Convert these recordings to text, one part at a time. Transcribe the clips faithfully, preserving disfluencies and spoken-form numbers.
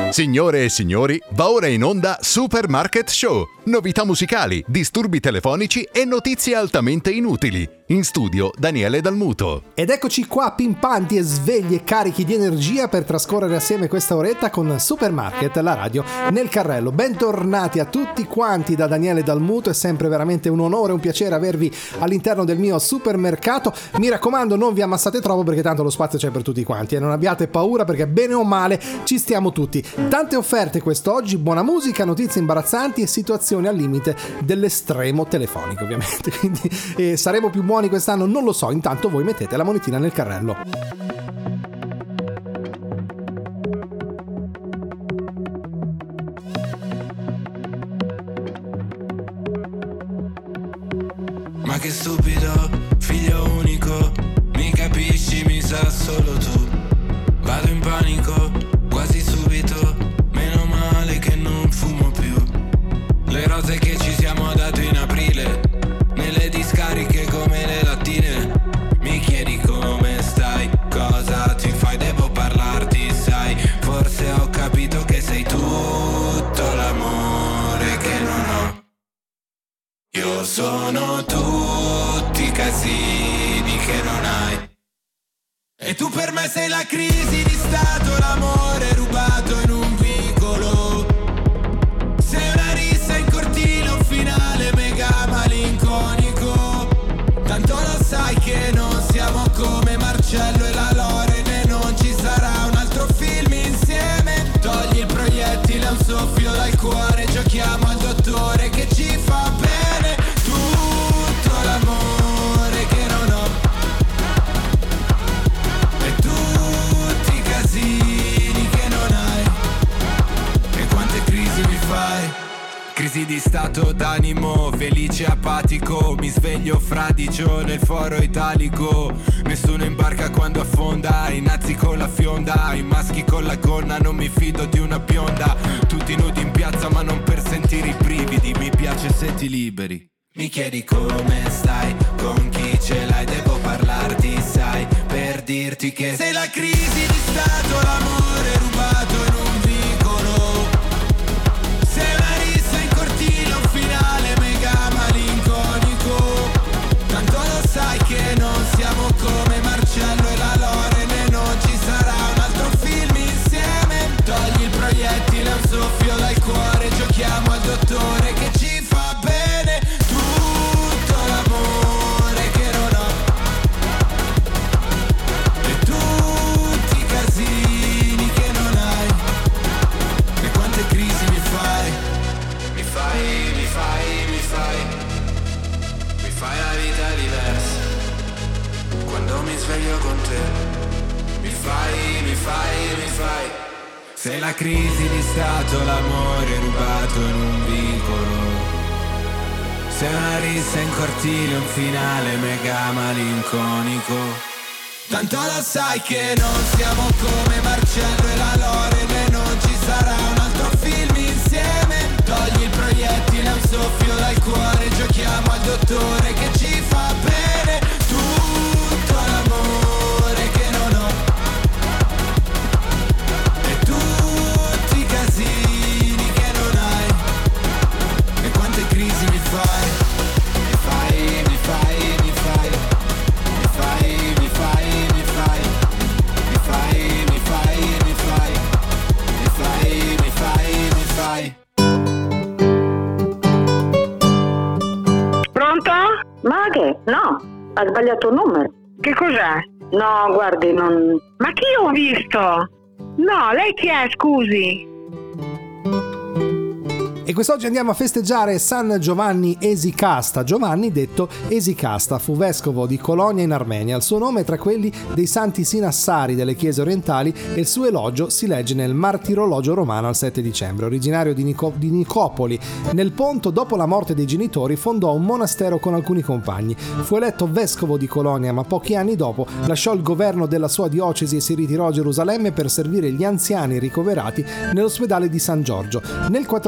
Signore e signori, va ora in onda Supermarket Show. Novità musicali, disturbi telefonici e notizie altamente inutili. In studio Daniele Dalmuto. Ed eccoci qua pimpanti e svegli e carichi di energia per trascorrere assieme questa oretta con Supermarket, la radio nel carrello. Bentornati a tutti quanti da Daniele Dalmuto, è sempre veramente un onore, un piacere avervi all'interno del mio supermercato. Mi raccomando, non vi ammassate troppo perché tanto lo spazio c'è per tutti quanti e non abbiate paura perché bene o male ci stiamo tutti. Tante offerte quest'oggi, buona musica, notizie imbarazzanti e situazioni al limite dell'estremo telefonico ovviamente, quindi eh, saremo più buoni quest'anno, non lo so, intanto voi mettete la monetina nel carrello. Ma che stupido, figlio unico, mi capisci, mi sa solo tu. Vado in panico, quasi subito, meno male che non fumo più. Le rose che ci siamo date in aprile, nelle discariche come le lattine. Mi chiedi come stai, cosa ti fai, devo parlarti, sai. Forse ho capito che sei tutto l'amore che non ho. Io sono tutti i casini che non hai. E tu per me sei la crisi di stato, l'amore rubato in un vicolo. Sei una rissa in cortile, un finale mega malinconico. Tanto lo sai che non siamo come Marcello e la Loren e non ci sarà un altro film insieme. Togli il proiettile a un soffio dal cuore, giochiamo al dottore che ci fa bene. Tutto l'amore che non ho e tutti i casini che non hai. E quante crisi mi fai? Crisi di stato d'animo, felice apatico. Mi sveglio fradicio nel foro italico. Nessuno imbarca quando affonda, i nazi con la fionda, i maschi con la gonna, non mi fido di una bionda. Tutti nudi in piazza ma non per sentire i brividi, mi piace se ti liberi. Mi chiedi come stai, con chi ce l'hai, devo parlarti, sai, per dirti che sei la crisi di stato, l'amore rubato in un vicolo. Sei una rissa in cortile, un finale mega malinconico. Tanto lo sai che non siamo come Marcello e la Loren e non ci sarà un altro film insieme. Togli il proiettile a un soffio dal cuore, giochiamo al dottore che ci fa bene. Tutto l'amore che non ho e tutti i casini che non hai. E quante crisi mi fai? Mi fai, mi fai, mi fai. Mi fai la vita diversa quando mi sveglio con te. Mi fai, mi fai, mi fai. Sei la crisi di stato, l'amore rubato in un vicolo. Sei una rissa in cortile, un finale mega malinconico. Tanto lo sai che non siamo come Marcello e la Loren e non ci sarà un altro film insieme. Togli il proiettile a un soffio dal cuore, giochiamo al dottore che ci fa bene. Tutto l'amore che non ho e tutti i casini che non hai. E quante crisi mi fai? Mi fai, mi fai, mi fai. Mi fai, mi fai, mi fai. Mi fai, mi fai, mi fai. Mi fai, mi fai, mi fai. Pronto? Ma che? No, ha sbagliato il numero. Che cos'è? No, guardi, non... Ma chi ho visto? No, lei chi è, scusi? E quest'oggi andiamo a festeggiare San Giovanni Esicasta. Giovanni, detto Esicasta, fu vescovo di Colonia in Armenia. Il suo nome è tra quelli dei santi sinassari delle chiese orientali e il suo elogio si legge nel Martirologio romano al sette dicembre. Originario di, Nico- di Nicopoli, nel Ponto, dopo la morte dei genitori, fondò un monastero con alcuni compagni. Fu eletto vescovo di Colonia, ma pochi anni dopo lasciò il governo della sua diocesi e si ritirò a Gerusalemme per servire gli anziani ricoverati nell'ospedale di San Giorgio. Nel quattrocentonovantuno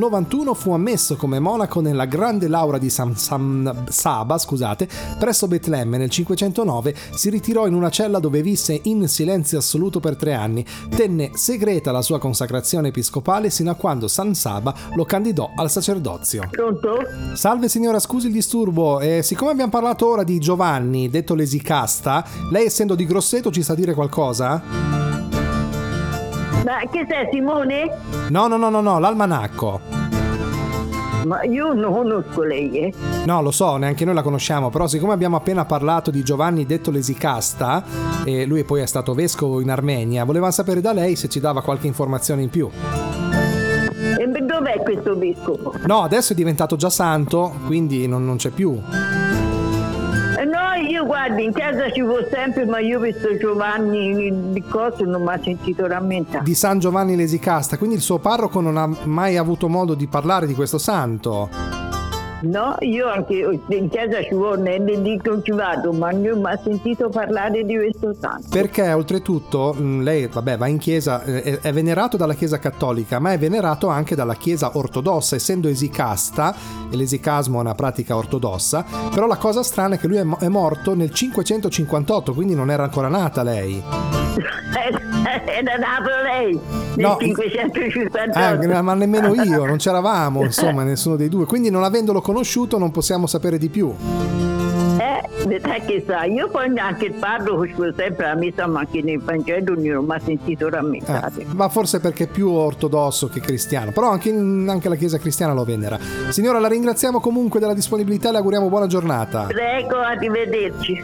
novantuno fu ammesso come monaco nella grande laura di San, San Saba, scusate, presso Betlemme. Nel cinquecentonove si ritirò in una cella dove visse in silenzio assoluto per tre anni. Tenne segreta la sua consacrazione episcopale sino a quando San Saba lo candidò al sacerdozio. Pronto? Salve signora, scusi il disturbo. Eh, siccome abbiamo parlato ora di Giovanni, detto l'esicasta, lei essendo di Grosseto ci sa dire qualcosa? Ma che sei, Simone? No, no, no, no, no, l'almanacco. Ma io non conosco lei, eh. No, lo so, neanche noi la conosciamo, però siccome abbiamo appena parlato di Giovanni detto l'esicasta, e lui poi è stato vescovo in Armenia, volevamo sapere da lei se ci dava qualche informazione in più. E dov'è questo vescovo? No, adesso è diventato già santo, quindi non, non c'è più. No, io guardi, in chiesa ci vo sempre, ma io questo Giovanni di cosa non mi ha sentito rammentare. Di San Giovanni l'Esicasta, quindi il suo parroco non ha mai avuto modo di parlare di questo santo? No, io anche in chiesa ci vo, ne dico ci vado, ma non mi ha sentito parlare di questo santo. Perché oltretutto lei, vabbè, va in chiesa, è, è venerato dalla chiesa cattolica, ma è venerato anche dalla chiesa ortodossa, essendo esicasta, e l'esicasmo è una pratica ortodossa, però la cosa strana è che lui è, mo- è morto nel cinquecentocinquantotto, quindi non era ancora nata lei. Era nato lei nel No, cinquecentocinquantotto. Eh, ma nemmeno io, non c'eravamo, insomma, nessuno dei due, quindi non avendolo conosciuto non possiamo sapere di più. Eh, sai che sa, io poi neanche il parroco ci fu sempre la messa, ma anche nel Vangelo non mi ha sentito rammentare. Eh, ma forse perché è più ortodosso che cristiano, però anche, anche la chiesa cristiana lo venera. Signora, la ringraziamo comunque della disponibilità e le auguriamo buona giornata. Prego, arrivederci.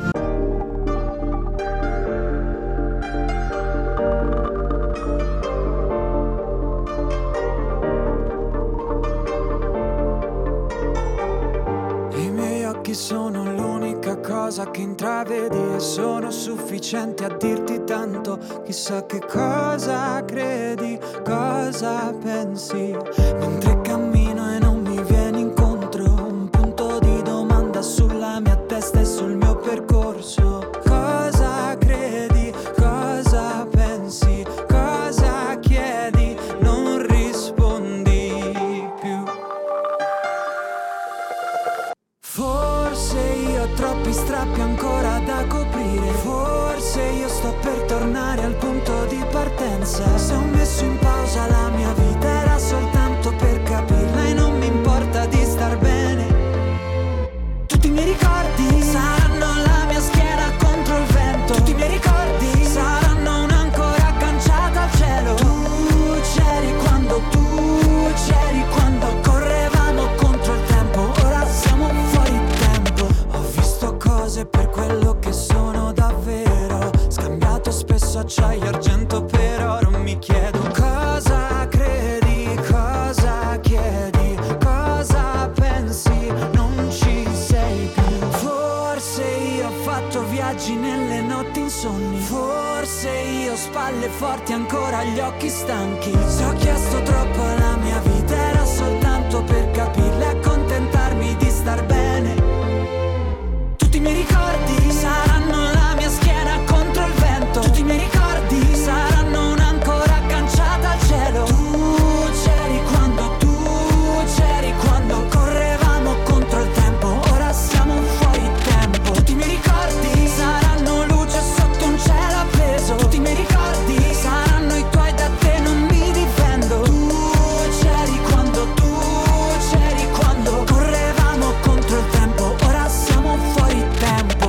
Sono l'unica cosa che intravedi e sono sufficiente a dirti tanto. Chissà che cosa credi, cosa pensi. Mentre cammino e non mi vieni incontro, un punto di domanda sulla mia testa e sul mio percorso. Cosa credi, cosa pensi, cosa chiedi, non rispondi più. Forse io ho troppi strappi ancora da coprire. Forse io sto per tornare al punto di partenza. Se ho messo in pausa la mia vita era soltanto per capirla e non mi importa di star bene. Tutti i miei ricordi saranno la mia schiena contro il vento. Tutti i miei ricordi saranno un'ancora agganciata al cielo. Tu c'eri quando, tu c'eri quando correvamo contro il tempo. Ora siamo fuori tempo. Ho visto cose per quello che sono davvero, scambiato spesso acciaio e argento per oro. Mi chiedo cosa credi, cosa chiedi, cosa pensi, non ci sei più. Forse io ho fatto viaggi nelle notti insonni. Forse io ho spalle forti ancora gli occhi stanchi. Se ho chiesto troppo alla mia vita era soltanto per capirla e accontentarmi di star bene. Tutti i miei ricordi saranno la mia schiena contro il vento. Tutti i miei ricordi saranno un'ancora agganciata al cielo. Tu c'eri quando, tu c'eri quando correvamo contro il tempo. Ora siamo fuori tempo. Tutti i miei ricordi saranno luce sotto un cielo appeso. Tutti i miei ricordi saranno i tuoi, da te non mi difendo. Tu c'eri quando, tu c'eri quando correvamo contro il tempo. Ora siamo fuori tempo.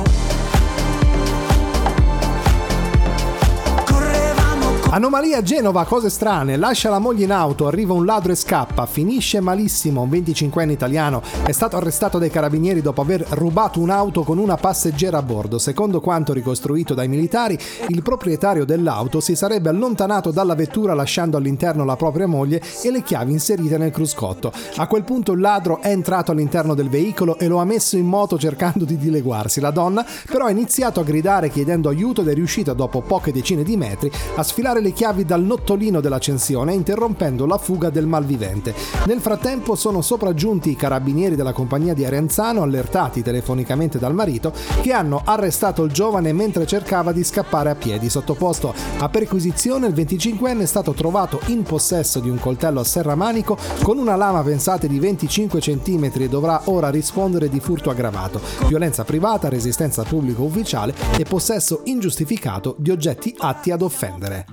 Correvamo co- Anomalia a Genova, cose strane, lascia la moglie in auto, arriva un ladro e scappa, finisce malissimo. Un venticinquenne italiano è stato arrestato dai carabinieri dopo aver rubato un'auto con una passeggera a bordo. Secondo quanto ricostruito dai militari, il proprietario dell'auto si sarebbe allontanato dalla vettura lasciando all'interno la propria moglie e le chiavi inserite nel cruscotto. A quel punto il ladro è entrato all'interno del veicolo e lo ha messo in moto cercando di dileguarsi. La donna però ha iniziato a gridare chiedendo aiuto ed è riuscita dopo poche decine di metri a sfilare le le chiavi dal nottolino dell'accensione, interrompendo la fuga del malvivente. Nel frattempo sono sopraggiunti i carabinieri della compagnia di Arenzano, allertati telefonicamente dal marito, che hanno arrestato il giovane mentre cercava di scappare a piedi. Sottoposto a perquisizione, il venticinquenne è stato trovato in possesso di un coltello a serramanico con una lama, pensate, di venticinque centimetri, e dovrà ora rispondere di furto aggravato, violenza privata, resistenza al pubblico ufficiale e possesso ingiustificato di oggetti atti ad offendere.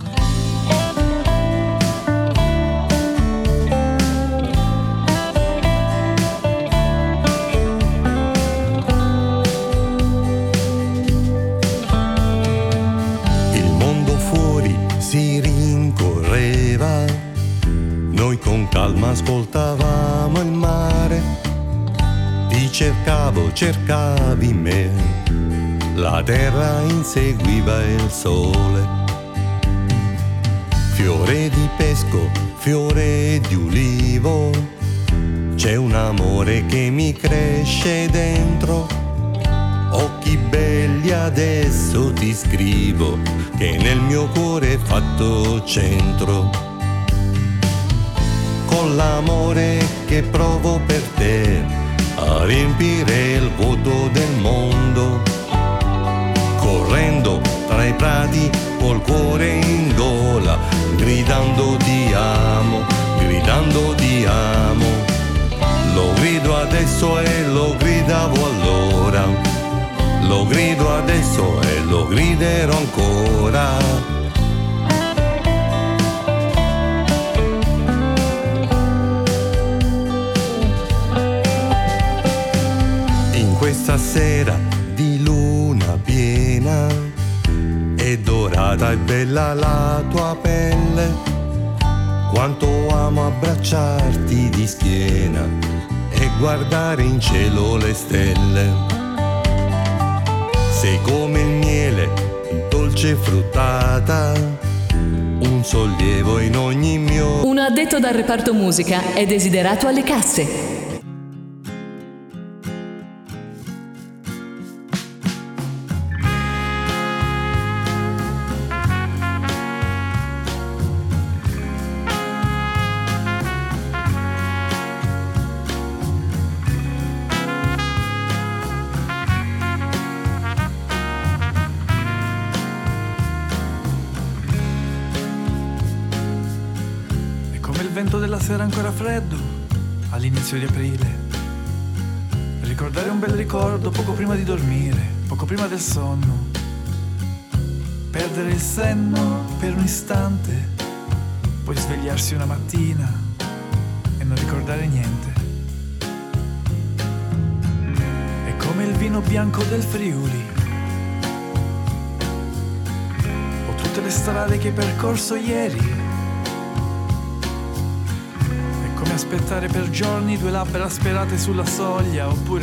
Il mondo fuori si rincorreva, noi con calma ascoltavamo il mare. Ti cercavo, cercavi me, la terra inseguiva il sole. Fiore di pesco, fiore di ulivo, c'è un amore che mi cresce dentro. Occhi belli adesso ti scrivo, che nel mio cuore è fatto centro. Con l'amore che provo per te, a riempire il vuoto del mondo, correndo tra i prati col cuore in gola, gridando ti amo, gridando ti amo. Lo grido adesso e lo gridavo allora, lo grido adesso e lo griderò ancora. Questa sera di luna piena è dorata e bella la tua pelle, quanto amo abbracciarti di schiena e guardare in cielo le stelle. Sei come il miele, dolce fruttata, un sollievo in ogni mio. Un addetto dal reparto musica è desiderato alle casse. Era ancora freddo all'inizio di aprile, ricordare un bel ricordo poco prima di dormire, poco prima del sonno, perdere il senno per un istante, poi svegliarsi una mattina e non ricordare niente. È come il vino bianco del Friuli, o tutte le strade che hai percorso ieri, aspettare per giorni due labbra sperate sulla soglia, oppure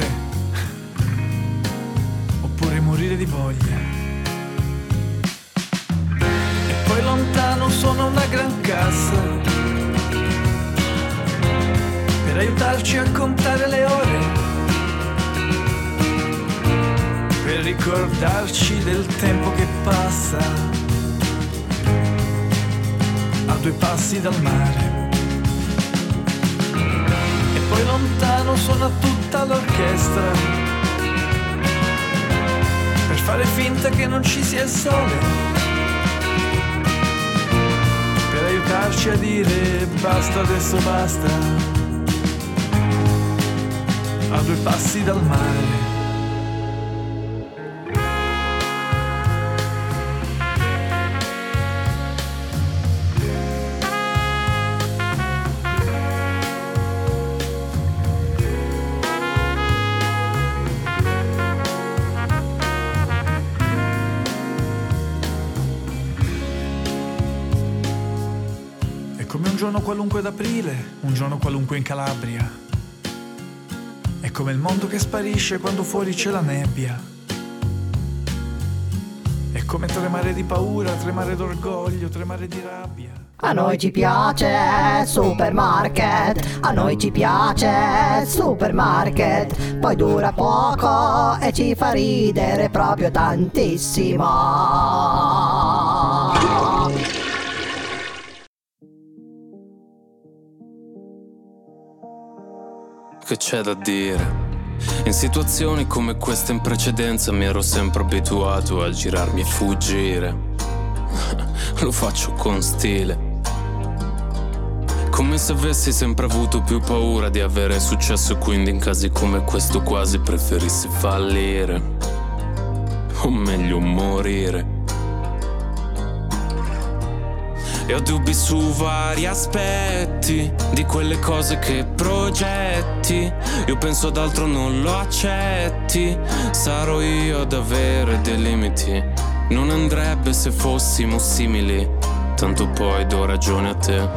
oppure morire di voglia. E poi lontano suona una gran cassa per aiutarci a contare le ore, per ricordarci del tempo che passa a due passi dal mare. Poi lontano suona tutta l'orchestra per fare finta che non ci sia il sole, per aiutarci a dire basta, adesso basta, a due passi dal mare. Un giorno qualunque d'aprile, un giorno qualunque in Calabria. È come il mondo che sparisce quando fuori c'è la nebbia. È come tremare di paura, tremare d'orgoglio, tremare di rabbia. A noi ci piace Supermarket, a noi ci piace Supermarket, poi dura poco e ci fa ridere proprio tantissimo. che c'è da dire. In situazioni come queste in precedenza mi ero sempre abituato a girarmi e fuggire. Lo faccio con stile, come se avessi sempre avuto più paura di avere successo e quindi in casi come questo quasi preferissi fallire, o meglio morire. E ho dubbi su vari aspetti di quelle cose che progetti. Io penso ad altro, non lo accetti. Sarò io ad avere dei limiti. Non andrebbe se fossimo simili. Tanto poi do ragione a te.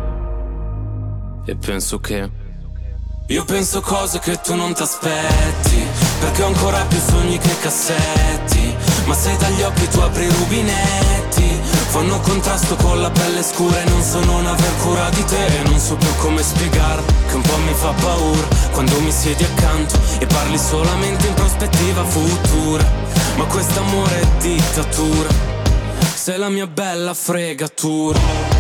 E penso che io penso cose che tu non t'aspetti, perché ho ancora più sogni che cassetti. Ma se dagli occhi tu apri i rubinetti, fanno contrasto con la pelle scura e non so non aver cura di te. E non so più come spiegar che un po' mi fa paura quando mi siedi accanto e parli solamente in prospettiva futura. Ma quest'amore è dittatura, sei la mia bella fregatura.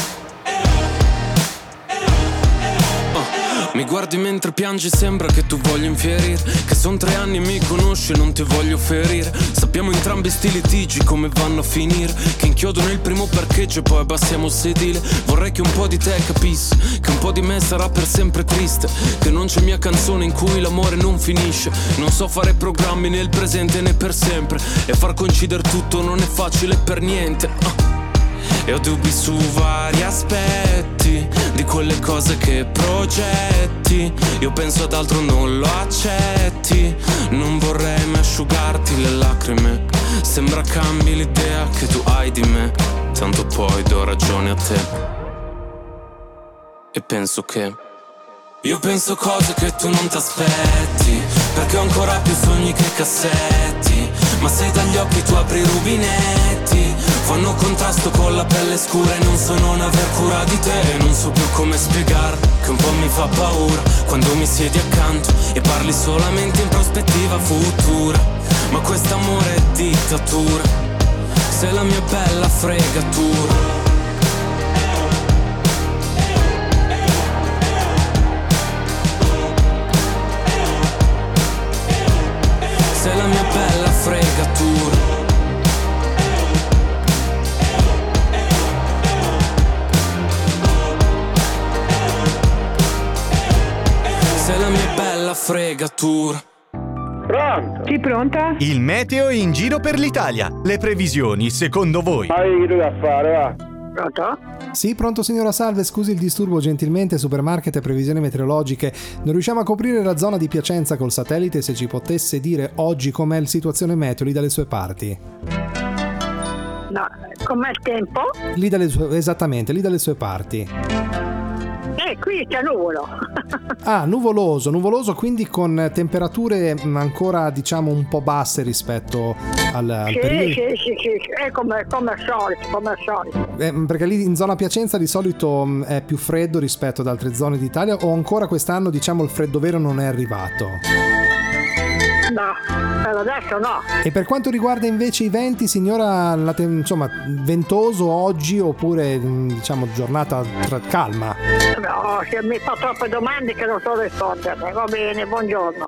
Mi guardi mentre piangi, sembra che tu voglia infierire, che son tre anni e mi conosci e non ti voglio ferire. Sappiamo entrambi sti litigi come vanno a finire, che inchiodo nel primo parcheggio e poi abbassiamo il sedile. Vorrei che un po' di te capisse che un po' di me sarà per sempre triste, che non c'è mia canzone in cui l'amore non finisce. Non so fare programmi nel presente né per sempre, e far coincidere tutto non è facile per niente. uh. E ho dubbi su vari aspetti di quelle cose che progetti. Io penso ad altro, non lo accetti. Non vorrei mai asciugarti le lacrime. Sembra cambi l'idea che tu hai di me. Tanto poi do ragione a te. E penso che io penso cose che tu non t'aspetti, perché ho ancora più sogni che cassetti. Ma se dagli occhi tu apri i rubinetti, fanno contrasto con la pelle scura e non so non aver cura di te. E non so più come spiegar che un po' mi fa paura quando mi siedi accanto e parli solamente in prospettiva futura. Ma quest'amore è dittatura, sei la mia bella fregatura. Sei la mia bella fregatura. Sei la mia bella fregatura. Pronto? Sì, pronta? Il meteo in giro per l'Italia. Le previsioni, secondo voi? Ma che da fare, va? Pronto? Sì, pronto signora, salve, scusi il disturbo, gentilmente Supermarket e previsioni meteorologiche. Non riusciamo a coprire la zona di Piacenza col satellite, se ci potesse dire oggi com'è la situazione meteo lì dalle sue parti. No, com'è il tempo? Lì dalle sue, esattamente, lì dalle sue parti. Eh, qui c'è nuvolo. Ah, nuvoloso, nuvoloso, quindi con temperature ancora diciamo un po' basse rispetto al, al sì, periodo. Sì, sì, sì, è come, come al solito, come al solito. Eh, perché lì in zona Piacenza di solito mh, è più freddo rispetto ad altre zone d'Italia, o ancora quest'anno diciamo il freddo vero non è arrivato? No, per adesso no. E per quanto riguarda invece i venti, signora, la te- insomma, ventoso oggi oppure diciamo giornata tra- calma? No, se mi fa troppe domande che non so rispondere. Va bene, buongiorno.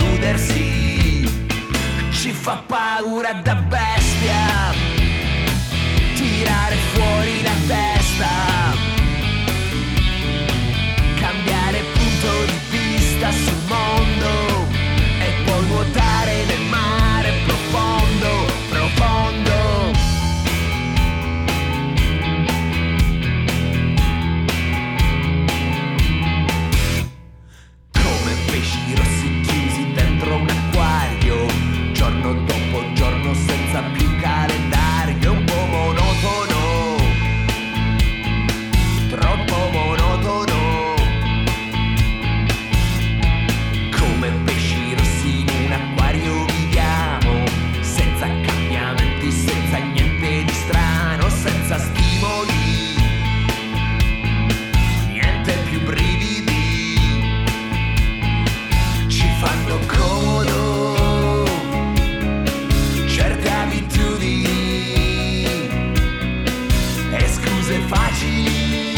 Fa paura da bestia, fuori la testa, cambiare punto di vista sul mondo e poi nuotare nel mare profondo, profondo. Come pesci rossi chiusi dentro un acquario, giorno dopo giorno senza più calendario, un po' monotono, troppo monotono. Come pesci rossi in un acquario viviamo, senza cambiamenti, senza niente di strano, senza stimoli, niente più brividi, ci fanno comodo certe abitudini e scuse facili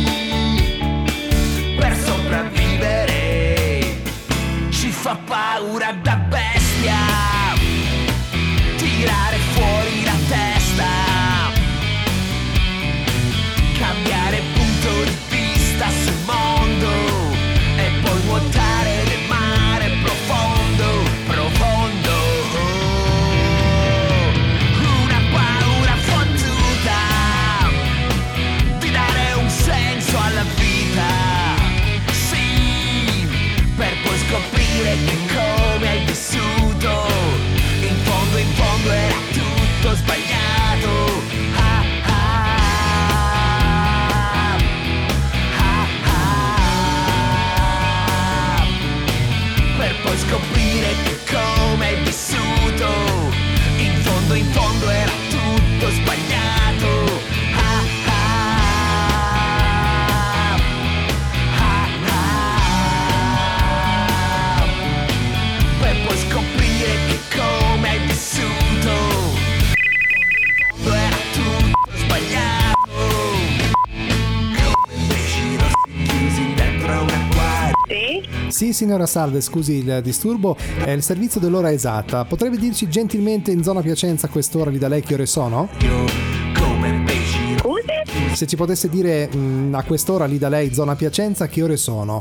per sopravvivere. Ci fa paura da bestia tirare fuori la testa, cambiare punto di vista sul mondo e poi nuotare nel mare profondo, profondo. Una paura fottuta di dare un senso alla vita, sì, per poi scoprire che come hai vissuto, in fondo, in fondo era tutto sbagliato. Ah, ah, ah, ah, per poi scoprire che come hai vissuto, in fondo, in fondo era tutto sbagliato. Ah, ah, ah, ah, per poi scoprire che come hai vissuto, era tutto sbagliato. Come pesci rossi chiusi dentro un acquario. Sì? Sì, signora, salve, scusi il disturbo, è il servizio dell'ora esatta. Potrebbe dirci gentilmente in zona Piacenza a quest'ora lì da lei che ore sono? Come pesci Scusi? Se ci potesse dire mh, a quest'ora lì da lei zona Piacenza che ore sono?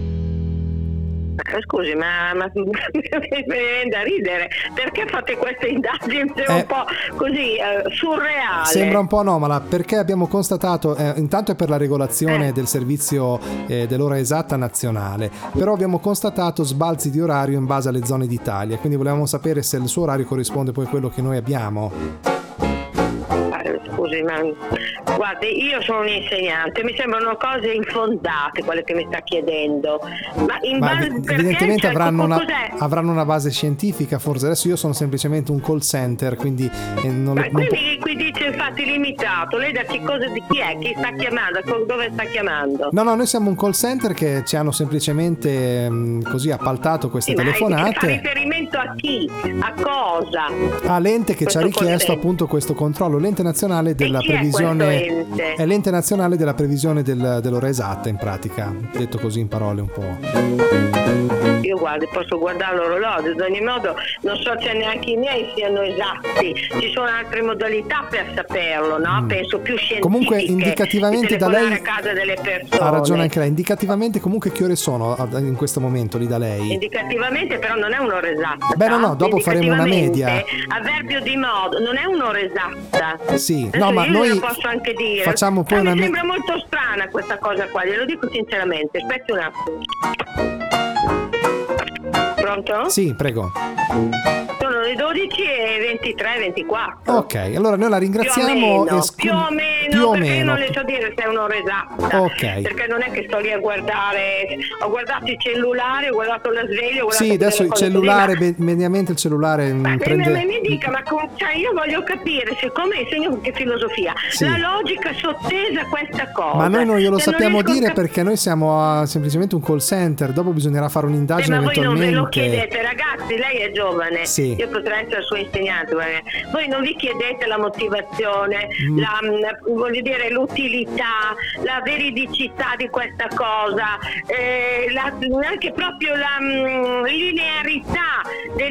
Eh, Scusi, ma, ma mi viene da ridere. Perché fate queste indagini? È Eh. un po' così eh, surreale. Sembra un po' anomala perché abbiamo constatato, eh, intanto è per la regolazione Eh. del servizio eh, dell'ora esatta nazionale, però abbiamo constatato sbalzi di orario in base alle zone d'Italia, quindi volevamo sapere se il suo orario corrisponde poi a quello che noi abbiamo. Eh, Scusi, ma guardi, io sono un insegnante, mi sembrano cose infondate quelle che mi sta chiedendo. Ma in Ma base ev- perché? evidentemente Cioè, avranno una, cos'è? avranno una base scientifica, forse. Adesso io sono semplicemente un call center, quindi eh, non, Ma le- non po- quindi qui dice infatti limitato, lei da che cosa di chi è? Chi sta chiamando? Co- Dove sta chiamando? No, no, noi siamo un call center che ci hanno semplicemente mh, così appaltato queste Sì, ma Fa telefonate riferimento a chi? A cosa? all'ente che ci ha Questo richiesto call appunto questo controllo, l'ente nazionale della chi è previsione questo ente? è l'ente nazionale della previsione del- dell'ora esatta, in pratica, detto così in parole un po'. Io guardi, posso guardare l'orologio, ad ogni modo non so se neanche i miei siano esatti, ci sono altre modalità per saperlo, no? Penso più scientifiche. Comunque, indicativamente di da telefonare lei- a casa delle persone. Ha ragione anche lei, indicativamente comunque che ore sono ad- in questo momento lì da lei? Indicativamente però non è un'ora esatta. Beh, no, sa? no, dopo faremo una media. Avverbio di modo, non è un'ora esatta. Sì, Adesso no, ma io noi glielo posso anche dire. facciamo poi Ma una mi me- sembra molto strana questa cosa qua, glielo dico sinceramente. Aspetti un attimo. Pronto? Sì, prego. Sono le dodici e ventitré ventiquattro. Ok, allora noi la ringraziamo. Più o meno, e scu- più o meno, più o perché meno. non le so dire se è un'ora esatta. Ok. Perché non è che sto lì a guardare, ho guardato il cellulare, ho guardato la sveglia, ho guardato Sì, adesso il quelle cose cellulare, così, be- mediamente il cellulare ma, mh, ma prende... mi, mi dica, ma con- cioè io voglio capire, siccome insegno che filosofia, Sì. la logica sottesa a questa cosa. Ma noi non glielo Se non sappiamo riesco a dire cap- perché noi siamo a- semplicemente un call center, dopo bisognerà fare Eh, un'indagine ma voi non ve lo eventualmente. chiedete, ragazzi, lei è giovane, Sì. io potrei essere il suo insegnante, guarda. Voi non vi chiedete la motivazione, Mm. la, mh, voglio dire, l'utilità, la veridicità di questa cosa, eh, la- anche proprio la mh, linearità del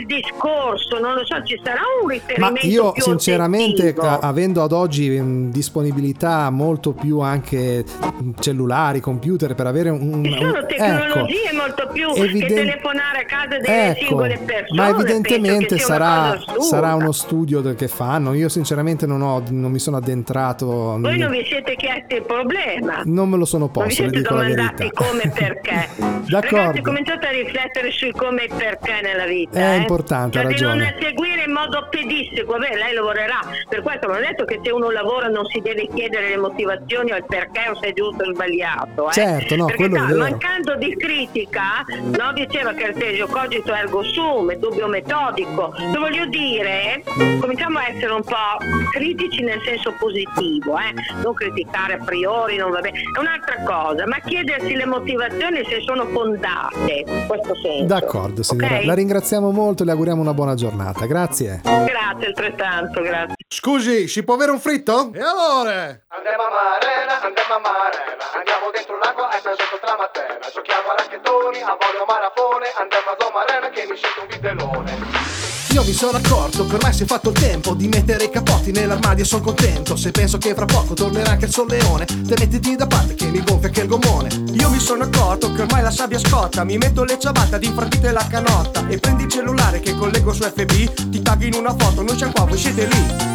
discorso, non lo so, ci sarà un Ma riferimento io più sinceramente, oggettivo? ca- avendo ad oggi mh, disponibilità molto più anche mh, cellulari, computer, per avere un, un- Ci sono un- tecnologie ecco, molto più eviden- che telefonare a casa delle ecco, singole persone. ma penso evidentemente che sia una sarà, cosa assurda. sarà uno studio del- che fanno. Io sinceramente non, ho, non mi sono addentrato, Voi non vi siete chiesti il problema. non me lo sono Non vi posto, le siete dico la domandati verità. come e perché. D'accordo. Ragazzi, cominciate a riflettere sui come e perché nella vita. È eh? importante, ha cioè, ragione. di non seguire in modo pedistico. Vabbè, lei lavorerà. Per questo non ho detto che se uno lavora non si deve chiedere le motivazioni o il perché o se è giusto o sbagliato. Eh? Certo, no, Perché quello è sa, vero. mancando di critica, no, diceva Cartesio, cogito ergo sum, è dubbio metodico. Lo voglio dire, cominciamo a essere un po' critici nel senso positivo, eh? Non criticare a priori, non va bene. È un'altra cosa, ma chiedersi le motivazioni se sono fondate, in questo senso. D'accordo signora, Ok? la ringraziamo molto e le auguriamo una buona giornata, grazie. Grazie altrettanto, grazie. Scusi, si può avere un fritto? E allora? Andiamo a Marena, andiamo a Marena, andiamo dentro l'acqua e sotto la mattina. Giochiamo a racchettoni, a voglio marafone, andiamo a Zomarena che mi sento un vitellone. Io mi sono accorto che ormai si è fatto il tempo di mettere i capotti nell'armadio e sono contento. Se penso che fra poco tornerà anche il solleone, te mettiti da parte che mi gonfia anche il gommone. Io mi sono accorto che ormai la sabbia scotta, mi metto le ciabatte ad infradite la canotta e prendi il cellulare che collego su F B, ti taggo in una foto, noi siamo qua, voi siete lì.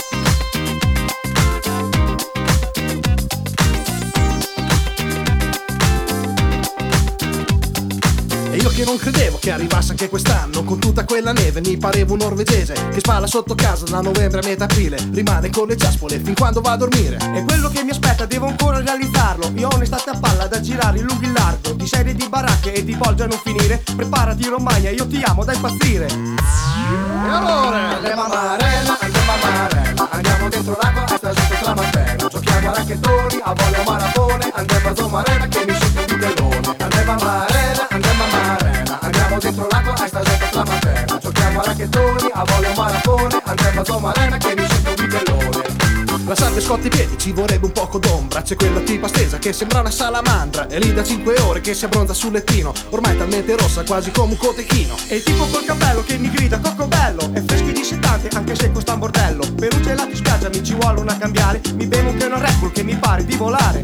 E io che non credevo che arrivasse anche quest'anno, con tutta quella neve mi parevo un norvegese che spala sotto casa da novembre a metà aprile, rimane con le ciaspole fin quando va a dormire. E quello che mi aspetta devo ancora realizzarlo. Io ho un'estate a palla da girare in lungo e in largo, di serie di baracche e di bolge a non finire. Preparati Romagna, io ti amo da impazzire. E allora? Andiamo a Marena, andiamo a Marena, andiamo dentro l'acqua e sta sotto la mattina. Giochiamo a racchettoni, a voglio marafone, andiamo a Zomarena che mi sento un vitellone. Andiamo a Marena, andiamo a Marena, andiamo dentro l'acqua e sta sotto la mattina. Giochiamo a racchettoni, a voglio marafone, andiamo a Zomarena che mi sento un vitellone. La sabbia scotta i piedi, ci vorrebbe un poco d'ombra. C'è quella tipa stesa che sembra una salamandra, è lì da cinque ore che si abbronza sul lettino, ormai talmente rossa quasi come un cotechino. E il tipo col cappello che mi grida cocco bello, è freschi di settante anche se costa un bordello. Per un gelato in spiaggia mi ci vuole una cambiale, mi bevo anche una Red Bull che mi pare di volare.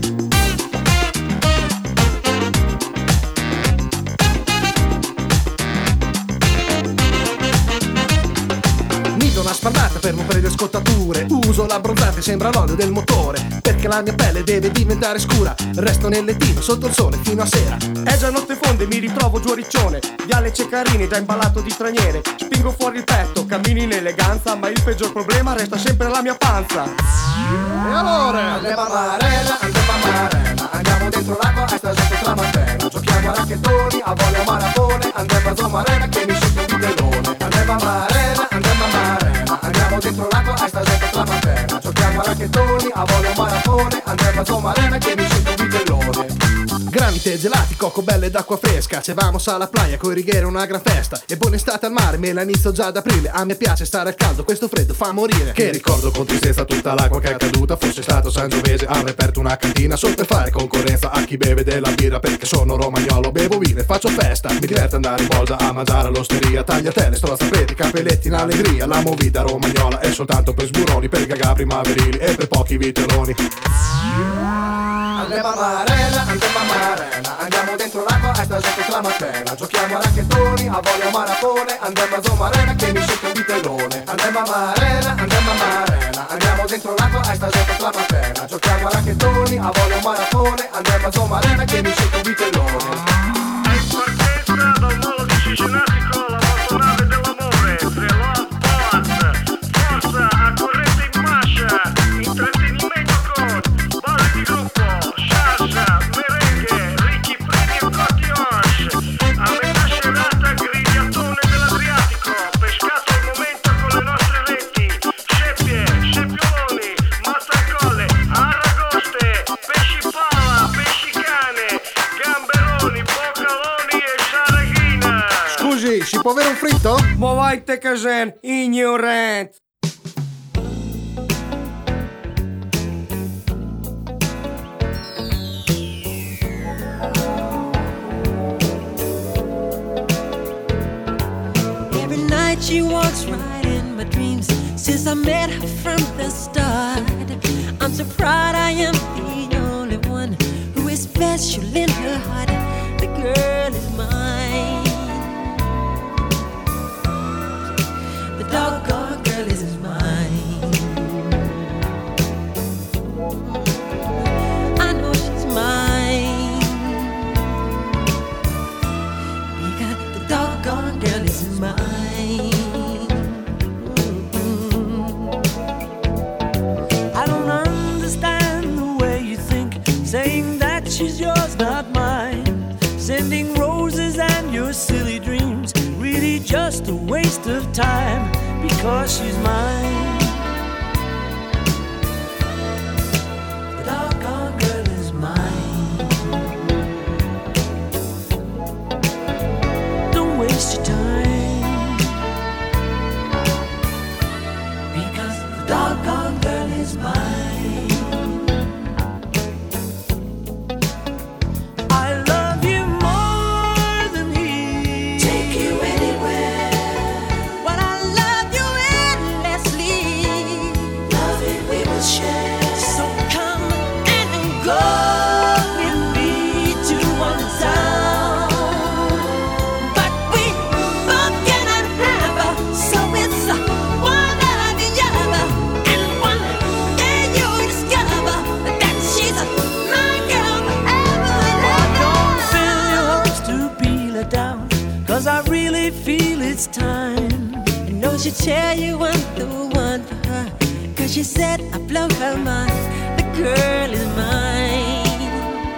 Mi do una spallata per rompere le scottature, uso l'abbronzante, sembra l'olio del motore, perché la mia pelle deve diventare scura. Resto nel lettino sotto il sole fino a sera. È già notte fonde, mi ritrovo giù a Riccione, Viale Ceccarini già imballato di straniere. Spingo fuori il petto, cammini in eleganza, ma il peggior problema resta sempre la mia panza. E allora? Andiamo a Marena, andiamo a Marena, andiamo dentro l'acqua e sta sotto la mattina. Giochiamo a racchettoni, a voglio marafone, andiamo a Zomarena che mi sento un vitellone. Andiamo a Marena, andiamo a Marena, andiamo dentro l'acqua e sta sotto la mattina. Giochiamo a racchettoni, a voglio marafone, andiamo a Zomarena che mi sento un vitellone. Granite, gelati, cocobelle d'acqua fresca, ci vamos alla playa coi righiere, una gran festa. E buona estate al mare, me la inizio già ad aprile. A me piace stare al caldo, questo freddo fa morire. Che ricordo con tristezza tutta l'acqua che è caduta. Fosse stato Sangiovese, avrei aperto una cantina solo per fare concorrenza a chi beve della birra. Perché sono romagnolo, bevo vino e faccio festa. Mi diverte andare in bolda a mangiare all'osteria, tagliatelle, strozza preti, capelletti in allegria. La movida romagnola è soltanto per sburoni, per gagà primaverili e per pochi vitelloni. Andiamo a Marena, andiamo a Marena, andiamo dentro l'acqua e sta sotto la mattina. Giochiamo a racchettoni, a voglio marafone, andiamo a Zomarena che mi sento un vitellone. Andiamo a Marena, andiamo a Marena, andiamo dentro l'acqua e sta sotto la mattina. Giochiamo a racchettoni, a voglio marafone, andiamo a Zomarena che mi sento un vitellone. È in partenza dal molo decisionatico la motonave dell'amore, The Love Boat. Forza a corrente in mascia, intrattenimento con balli di gruppo, salsa, merengue, ricchi premi e cotti hanche. A metà serata grigliatone dell'Adriatico, pescato al momento con le nostre reti, sceppie, scempioloni, mazza al colle, aragoste, pesci pala, pesci cane, gamberoni, boccaloni e saraghina. Scusi, si può avere un fritto? Ma vai te casen, ignorant. Every night she walks right in my dreams. Since I met her from the start, I'm so proud I am the only one who is special in her heart. The girl is mine. The doggone girl is mine. I know she's mine, because the doggone girl is mine. Saying that she's yours, not mine. Sending roses and your silly dreams, really just a waste of time, because she's mine. The doggone girl is mine. Don't waste your time, because the doggone girl is mine. I really feel it's time. I know she'll tell you I'm the one for her, cause she said I blow her mind. The girl is mine.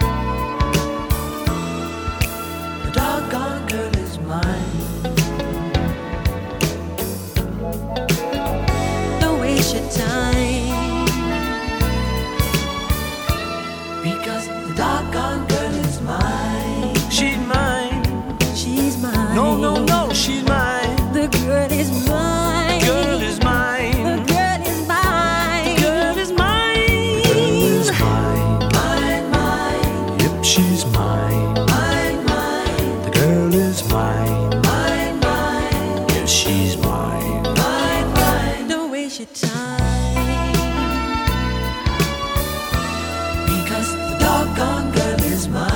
The doggone girl is mine. Don't waste your time, because the doggone girl is mine. She's mine. No, no, no, she's mine. The girl is mine. Girl is mine. The girl is mine. Girl is mine. Girl is mine. Mine, mine. Yep, she's mine. Mine, mine. The girl is mine. Mine, mine. Yes, she's mine. Mine, mine. Don't waste your time, because the doggone girl is mine.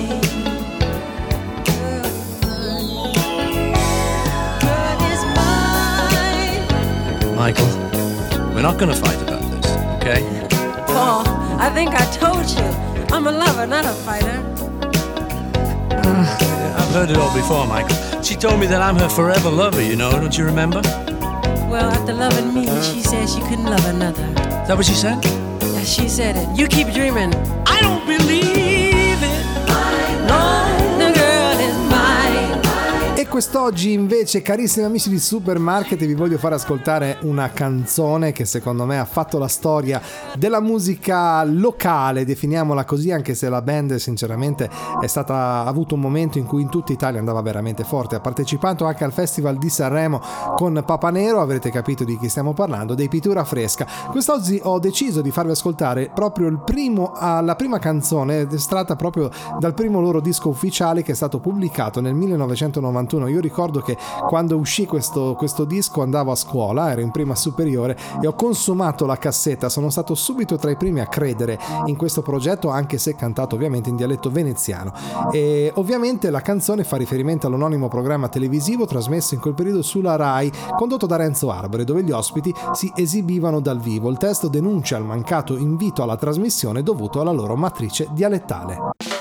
Michael, we're not gonna fight about this, okay? Paul, I think I told you, I'm a lover, not a fighter. Uh, I've heard it all before, Michael. She told me that I'm her forever lover, you know, don't you remember? Well, after loving me, she said she couldn't love another. Is that what she said? Yeah, she said it. You keep dreaming. I don't believe it. No, the girl is mine. E quest'oggi invece, carissimi amici di Supermarket, vi voglio far ascoltare una canzone che secondo me ha fatto la storia della musica locale, definiamola così, anche se la band sinceramente è stata, ha avuto un momento in cui in tutta Italia andava veramente forte. Ha partecipato anche al Festival di Sanremo con Papa Nero, avrete capito di chi stiamo parlando, dei Pittura Fresca. Quest'oggi ho deciso di farvi ascoltare proprio il primo, la prima canzone estratta proprio dal primo loro disco ufficiale, che è stato pubblicato nel millenovecentonovantuno. Io ricordo che quando uscì questo, questo disco andavo a scuola, ero in prima superiore e ho consumato la cassetta. Sono stato subito tra i primi a credere in questo progetto, anche se cantato ovviamente in dialetto veneziano. E ovviamente la canzone fa riferimento all'anonimo programma televisivo trasmesso in quel periodo sulla Rai, condotto da Renzo Arbore, dove gli ospiti si esibivano dal vivo. Il testo denuncia il mancato invito alla trasmissione dovuto alla loro matrice dialettale.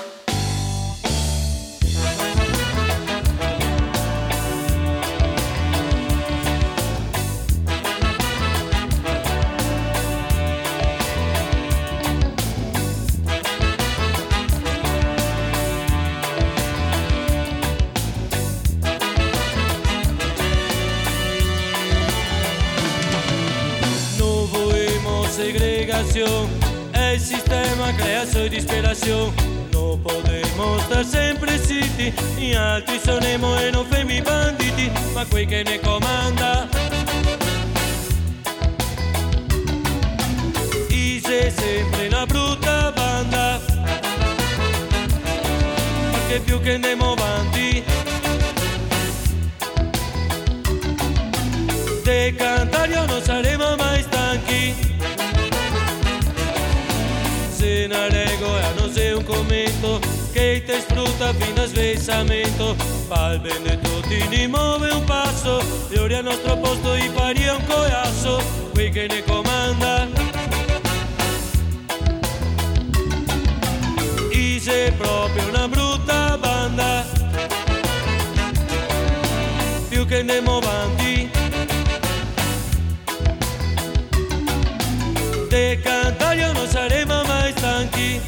El sistema crea su disperación. No podemos estar sempre zitti, gli altri sonemo e non femi banditi, ma quei che ne comanda Ise sempre una brutta banda, perché più che andiamo avanti De cantario non saremo mai stanchi. Se una regola non sei un commento che ti sfrutta fino a svesamento. Fa il bene tutti, ne muove un passo e ora al nostro posto i pari è un corasso, qui che ne comanda. Ise è proprio una brutta banda, più che andiamo avanti. De cantario non saremo mai stanchi.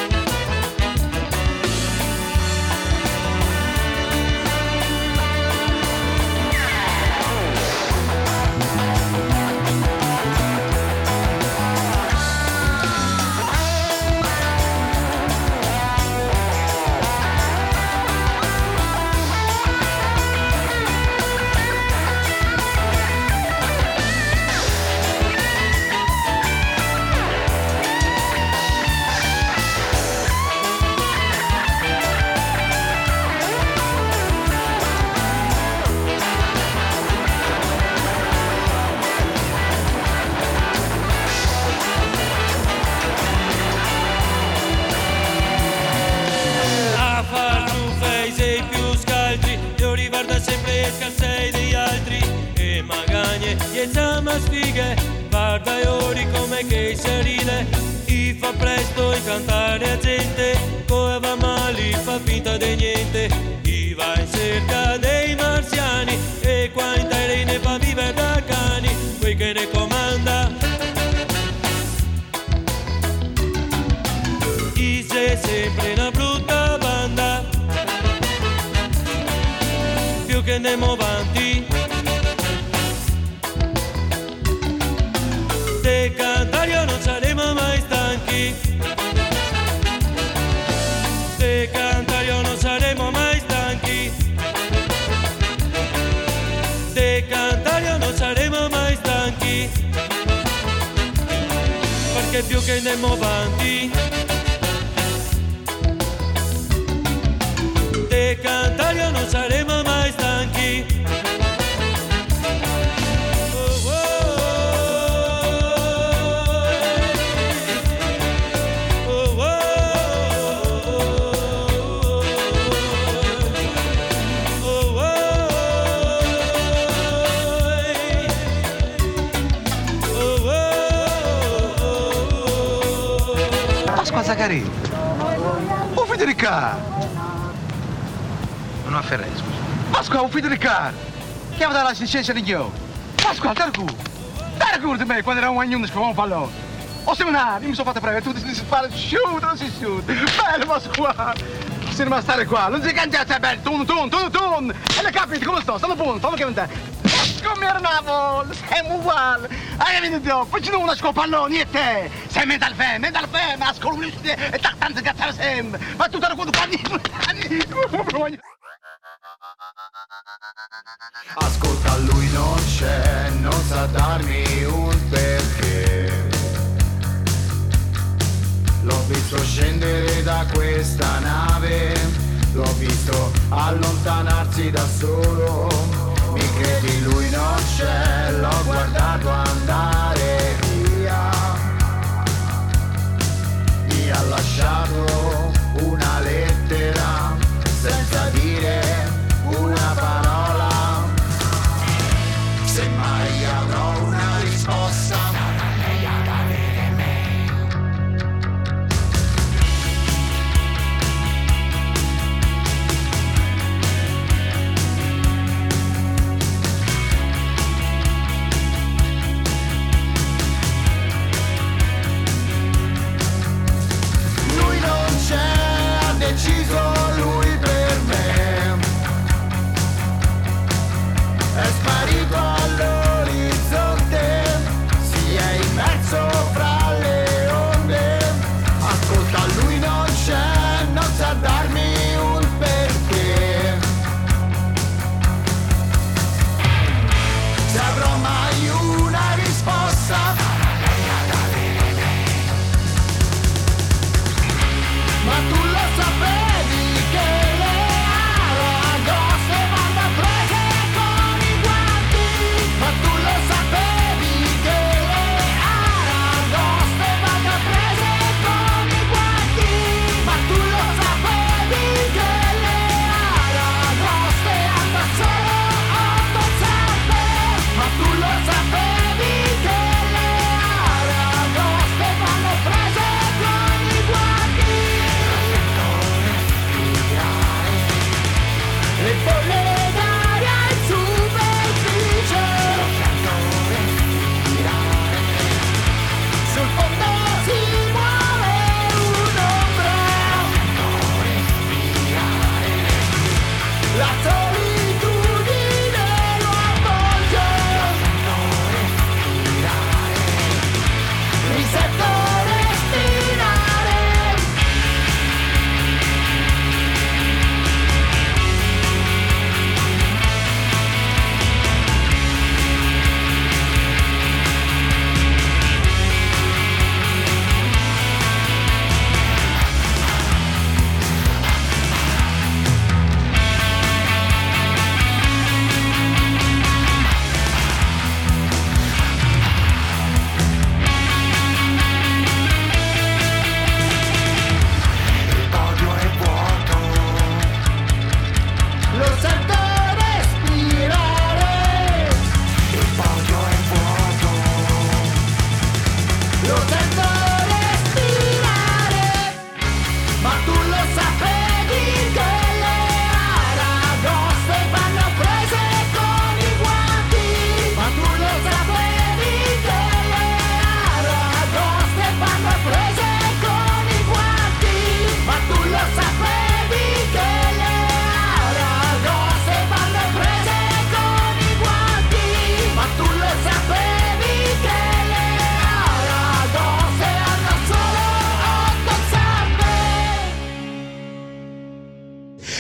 Scarsei degli altri e magagne e zama sfighe, guarda e ori come che si ride, i fa presto e cantare a gente, come va male fa finta di niente, i va in cerca dei marziani e qua in terra ne fa vivere da cani, quei che ne comanda. I sei sempre una brutta banda, più che andiamo avanti. De cantario non saremo mai stanchi. De cantario non saremo mai stanchi. De cantario non saremo mai stanchi. Perché più che andiamo avanti. De cantario non saremo mai stanchi. Oh, oh, oh, oh, oh, Pasqua Zaccaria, oh Federica, non afferrei, scusa. Pasqua, un figlio di cara, che aveva la licenza di io. Pasqua, dai cu, dai cu di me quando era un agnuno che un pallone. O seminario, io mi sono fatto prendere, tu ti spari, shoot, non si shoot. Bello Pasqua, se non stare qua, non si cangiate, è bello, tun, tun, tun, tun. E le capite come sto, stanno buono, fammi che ventare. Come erano, siamo uguali. Hai venuto, facciamo una scopallone, e te. Sei mental femme, mental femme, ascolti e tanto cazzare sempre. Ma tu te lo conto panni. Ascolta, lui non c'è, non sa darmi un perché. L'ho visto scendere da questa nave, l'ho visto allontanarsi da solo. Mi credi, lui non c'è, l'ho guardato andare via. Mi ha lasciato una lettera senza dire una parola. Se mai avrò una risposta, sarà lei ad avere me.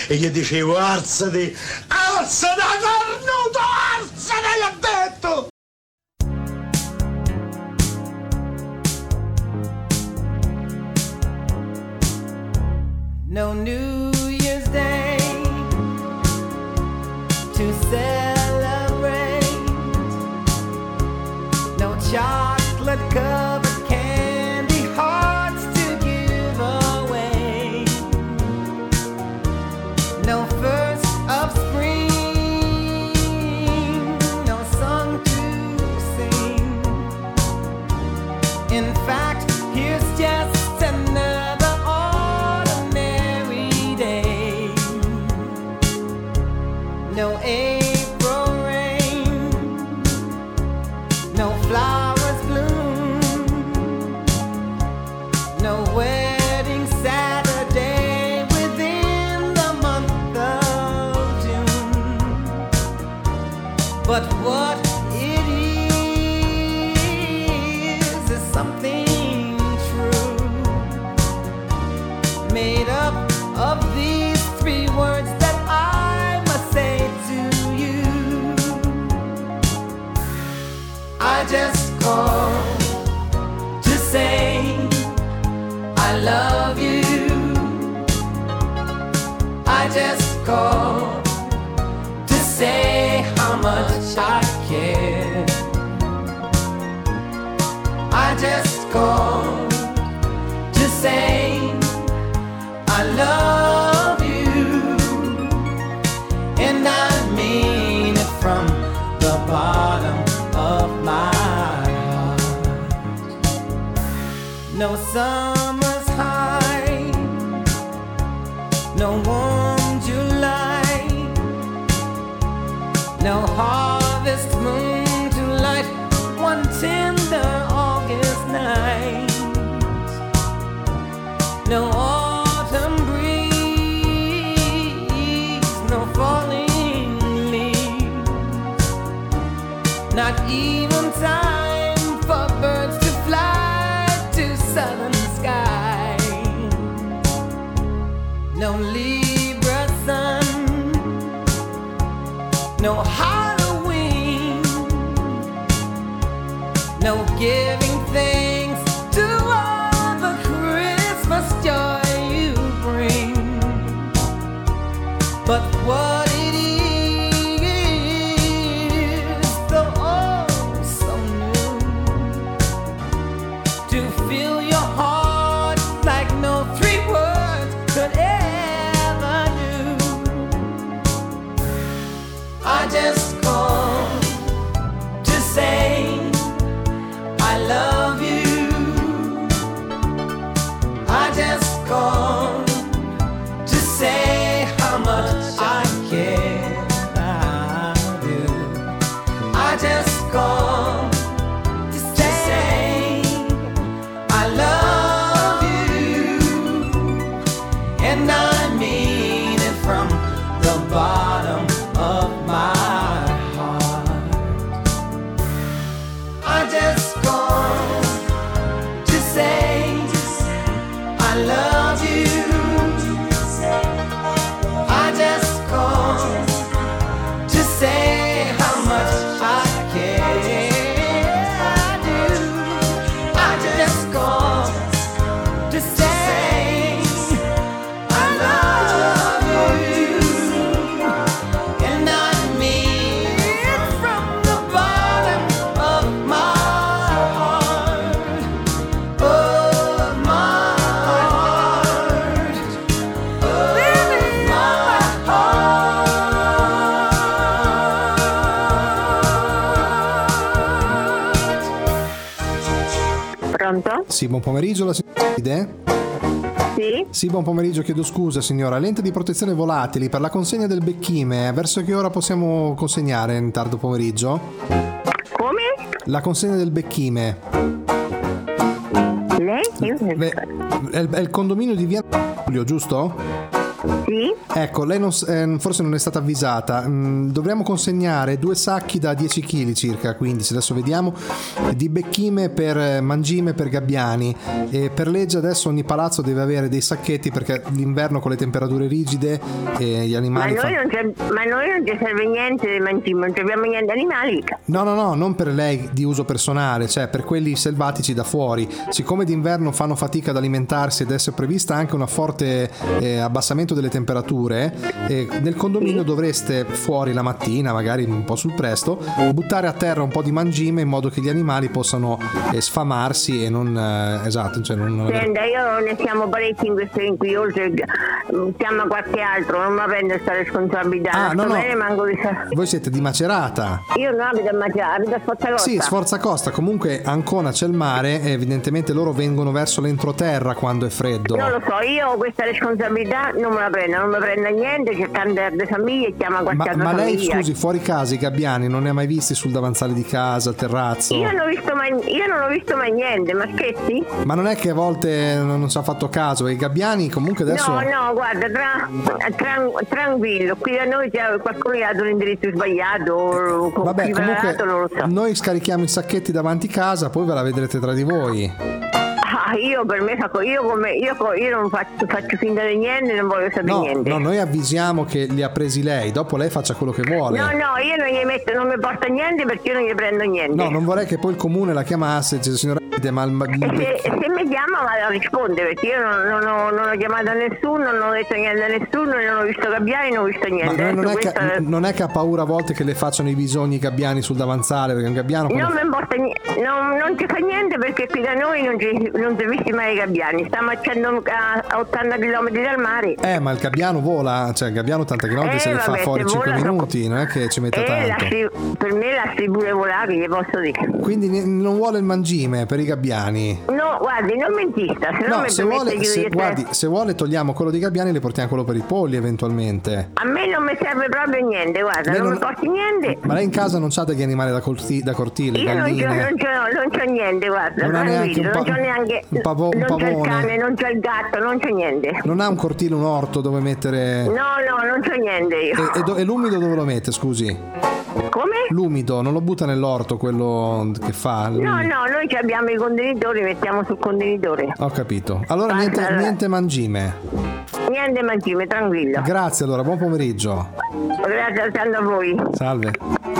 e gli dicevo alzati, alzati cornuto, alzati, gli ho detto! No New Year's Day to celebrate, no chocolate covered candy hearts to give away, no first of spring, no song to sing. In fact, here's just another no April rain, no flowers bloom, no wedding Saturday within the month of June. But what it is is something true, made up of these three words that I must say to you. I just called to say I love you. I just called to say how much I care. I just called to say I love you, and I mean it from the bottom of my heart. No summer's high, no warm July, no harvest moon to light one tender August night, no autumn breeze, no falling leaves, not even time for birds to fly to southern skies, no Libra sun, no Halloween, no giving thanks to all the Christmas joy you bring. But what it is, though oh so new, to fill your heart like no three words could ever do. I just called to say I love you. I just called to say how much I care. I do. I just called to say I love you, and I mean it from the bottom of my heart. I just called to say I love you. I just called to say how much I care. I do. I just called to say I love you, and I mean it from the bottom of my heart, of my heart, of my Pronto? Sì, buon pomeriggio, la signora Ide? Sì? Sì, buon pomeriggio, chiedo scusa signora. Lente di protezione volatili per la consegna del Becchime. Verso che ora possiamo consegnare in tardo pomeriggio? Come? La consegna del Becchime. Lei? Io non Beh, è, il, è il condominio di Via Giulio, giusto? Sì? Ecco, lei non, s- eh, forse non è stata avvisata. Mm, dovremmo consegnare due sacchi da dieci chili circa, quindici, adesso vediamo, di becchime per eh, mangime per gabbiani. E per legge adesso ogni palazzo deve avere dei sacchetti perché l'inverno con le temperature rigide e gli Ma animali... noi, fa- non c'è, ma noi non ci serve niente di mangime, non abbiamo niente animali. No, no, no, non per lei di uso personale, cioè per quelli selvatici da fuori. Siccome d'inverno fanno fatica ad alimentarsi ed essere prevista anche una forte eh, abbassamento delle temperature, eh, nel condominio dovreste fuori la mattina, magari un po' sul presto, buttare a terra un po' di mangime in modo che gli animali possano eh, sfamarsi e non... eh, esatto, cioè non... non aver- Senta, io ne siamo parecchi in questo in qui, oltre chiama qualche altro, non mi prendo questa responsabilità. Ah, no, sto no. bene, manco di sa- Voi siete di Macerata? Io non abito a Macerata, abito a Sforzacosta. Sì, Sforzacosta, comunque Ancona c'è il mare e evidentemente loro vengono verso l'entroterra quando è freddo. Non lo so, io questa responsabilità non me la prendo, non mi prendo niente, c'è tante famiglie e chiama qualche Ma, altra ma lei, famiglia. scusi, fuori casa i gabbiani non ne ha mai visti sul davanzale di casa, al terrazzo? Io non ho visto mai, io non ho visto mai niente, ma scherzi? Ma non è che a volte non ci ha fatto caso, i gabbiani comunque adesso... No, no, guarda, tra, tran- tranquillo, qui da noi c'è qualcuno che ha dato l'indirizzo sbagliato, o Vabbè, equivalato, comunque non lo so. noi scarichiamo i sacchetti davanti casa, poi ve la vedrete tra di voi. Ah, io per me faccio, io come io, co- io non faccio, faccio finta di niente, non voglio sapere No, niente. no, noi avvisiamo che li ha presi lei, dopo lei faccia quello che vuole. No, no, io non gli metto, non mi porta niente perché io non gli prendo niente. No, non vorrei che poi il comune la chiamasse e dice signora ma il, il E se, se mi chiama vado a rispondere perché io non, non ho, non ho chiamato a nessuno, non ho detto niente a nessuno, non ho visto gabbiani, non ho visto Ma niente. non, non è Adesso che, questa- non è che ha paura a volte che le facciano i bisogni i gabbiani sul davanzale, perché un gabbiano quando- Non mi importa niente, non, non ci fa niente perché qui da noi non ci, non si visti mai i gabbiani, stiamo a cento a a ottanta chilometri dal mare. Eh, ma il gabbiano vola, cioè il gabbiano ottanta chilometri Eh, se ne fa vabbè, fuori se cinque vola- minuti, non è che ci mette Eh, tanto. lasci- per me lasci pure volare, gli posso dire. Quindi ne- non vuole il mangime per i gabbiani. No, guardi, non mi insista, se no, No, mi se permette vuole, di se, dire- guardi, se vuole togliamo quello dei gabbiani e le portiamo quello per i polli eventualmente. A me non mi serve proprio niente, guarda, Lei non, non- mi porti niente. Ma lei in casa non c'ha degli animali da, corti- da cortile, Io non c'ho, galline? non, c'ho, non c'ho niente, guarda, Non ha neanche tranquillo, un non pa- c'ho neanche un pavo- un non c'ho il pavone? cane, non c'ho il gatto, non c'ho niente. Non ha un cortile, un orto dove mettere... No, no, non c'ho niente io. E, e do- e l'umido dove lo mette, scusi? Come? L'umido, non lo butta nell'orto quello che fa? No, no, noi ci abbiamo i contenitori, mettiamo sul contenitore. Ho capito. Allora Basta, niente, allora. niente mangime. Niente mangime, tranquillo. Grazie allora, buon pomeriggio. Grazie tanto a voi. Salve.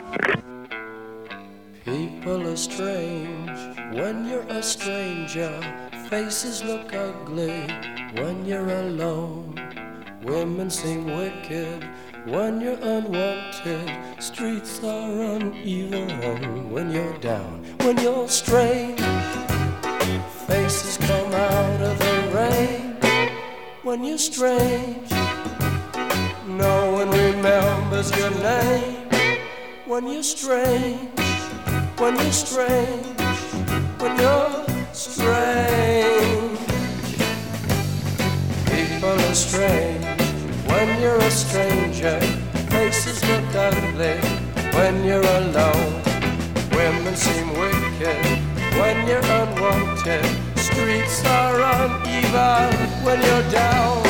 People are strange when you're a stranger. Faces look ugly when you're alone. Women seem wicked when you're unwanted. Streets are uneven when you're down. When you're strange, faces come out of the rain. When you're strange, no one remembers your name. When you're strange, when you're strange, when you're strange. People are strange when you're a stranger. Faces look ugly when you're alone. Women seem wicked when you're unwanted. Streets are uneven when you're down.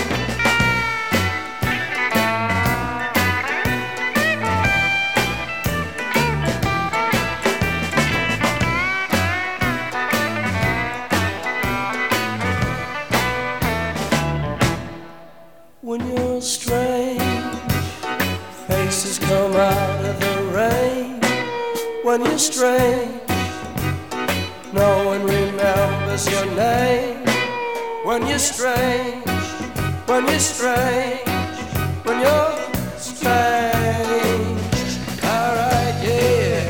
When you're strange, faces come out of the rain. When you're strange, no one remembers your name. When you're strange, when you're strange, when you're strange. Alright, yeah.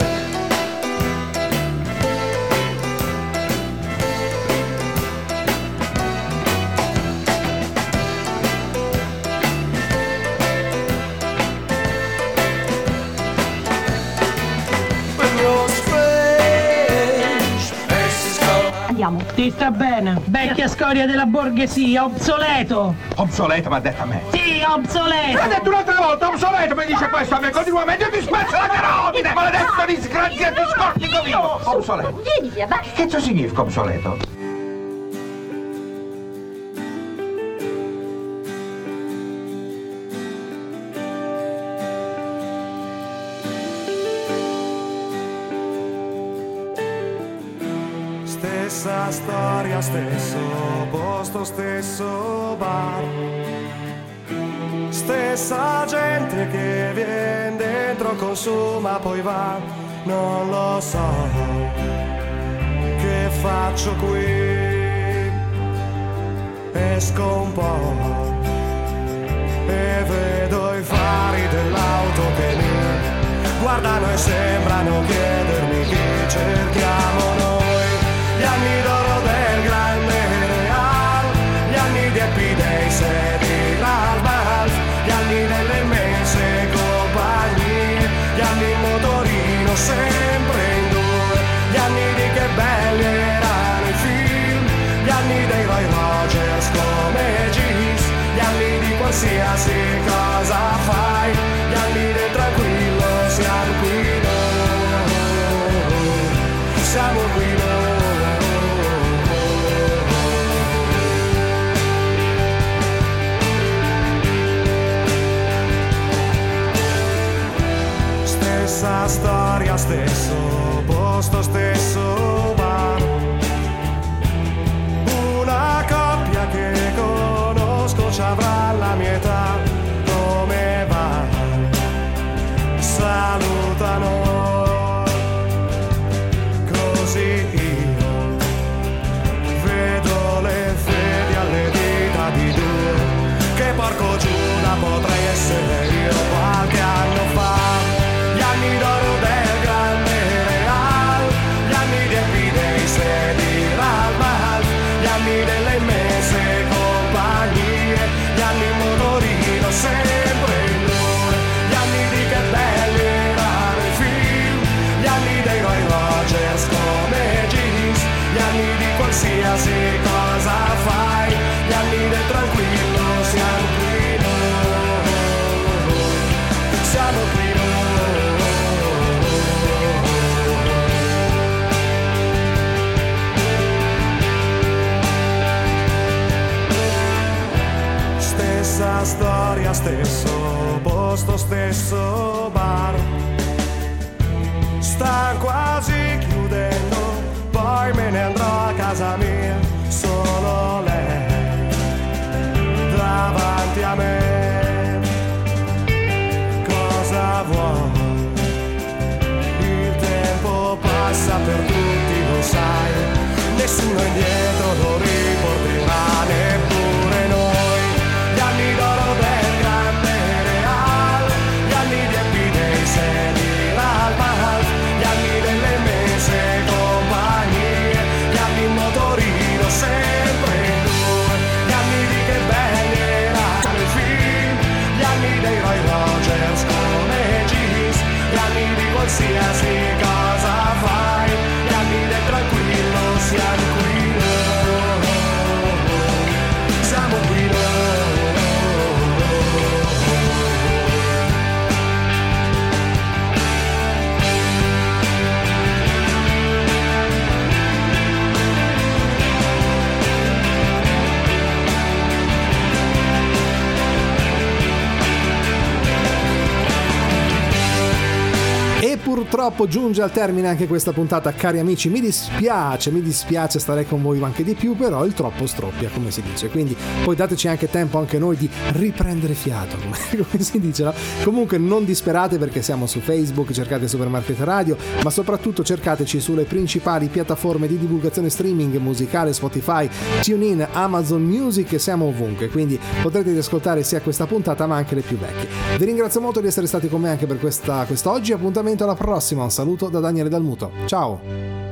When you're strange, faces come. Andiamo. Ti sta bene? Vecchia scoria della borghesia, obsoleto. Obsoleto, mi ha detto a me. Sì, obsoleto. L'ha detto un'altra volta, obsoleto, mi dice questo a me continuamente, mi spezza la carotide, maledetto disgraziato scortico vivo. Obsoleto. Vieni via, vai. Che cosa significa obsoleto? Stessa storia, stesso posto, stesso bar. Stessa gente che viene dentro, consuma, poi va. Non lo so che faccio qui. Esco un po' e vedo i fari dell'auto che mi guardano e sembrano chiedermi chi cerchiamo noi. Gli anni d'oro del grande Real, gli anni di Happy Days e di Ralph Malf, gli anni delle immense compagnie, gli anni in motorino sempre in due, gli anni di che belli erano i film, gli anni dei Roy Rogers come Gis, gli anni di qualsiasi cosa fai, gli anni del tranquillo, siamo qui noi, siamo qui noi. Stessa storia, stesso posto, stesso bar. Una coppia che conosco ci avrà la mia età. Come va? Salutano. Così io vedo le fedi alle dita di due. Che porco Giuda potrei essere io qualche anno fa. Gli anni d'oro del grande Real, gli anni di Happy Days e di Ralph Malf, gli anni delle immense compagnie, gli anni in motorino sempre in due, gli anni di che belli erano i film, gli anni dei Roy Rogers come Gis, gli anni di qualsiasi cosa fai, gli anni del tranquillo, siamo qui noi, siamo qui noi. Stessa storia, stesso posto, stesso bar. Sta quasi chiudendo, poi me ne andrò a casa mia. Solo lei davanti a me. Cosa vuoi? Il tempo passa per tutti, lo sai. Nessuno indietro lo riporterà, neppure noi. Gli anni d'oro del grande Real, gli anni di Happy Days e di Ralph Malf, gli anni delle immense compagnie, gli anni in motorino sempre in due, gli anni di che belli erano i film, gli anni dei Roy Rogers come Gis, gli anni di qualsiasi cosa fai, gli anni del tranquillo, siamo qui noi, siamo qui noi. E purtroppo giunge al termine anche questa puntata, cari amici. Mi dispiace, mi dispiace, starei con voi anche di più, però il troppo stroppia, come si dice. Quindi poi dateci anche tempo anche noi di riprendere fiato, come, come si dice, no? Comunque non disperate, perché siamo su Facebook, cercate Supermarket Radio, ma soprattutto cercateci sulle principali piattaforme di divulgazione streaming musicale, Spotify, TuneIn, Amazon Music, e siamo ovunque, quindi potrete ascoltare sia questa puntata ma anche le più vecchie. Vi ringrazio molto di essere stati con me anche per questa quest'oggi. Appuntamento alla prossima, un saluto da Daniele Dalmuto, ciao.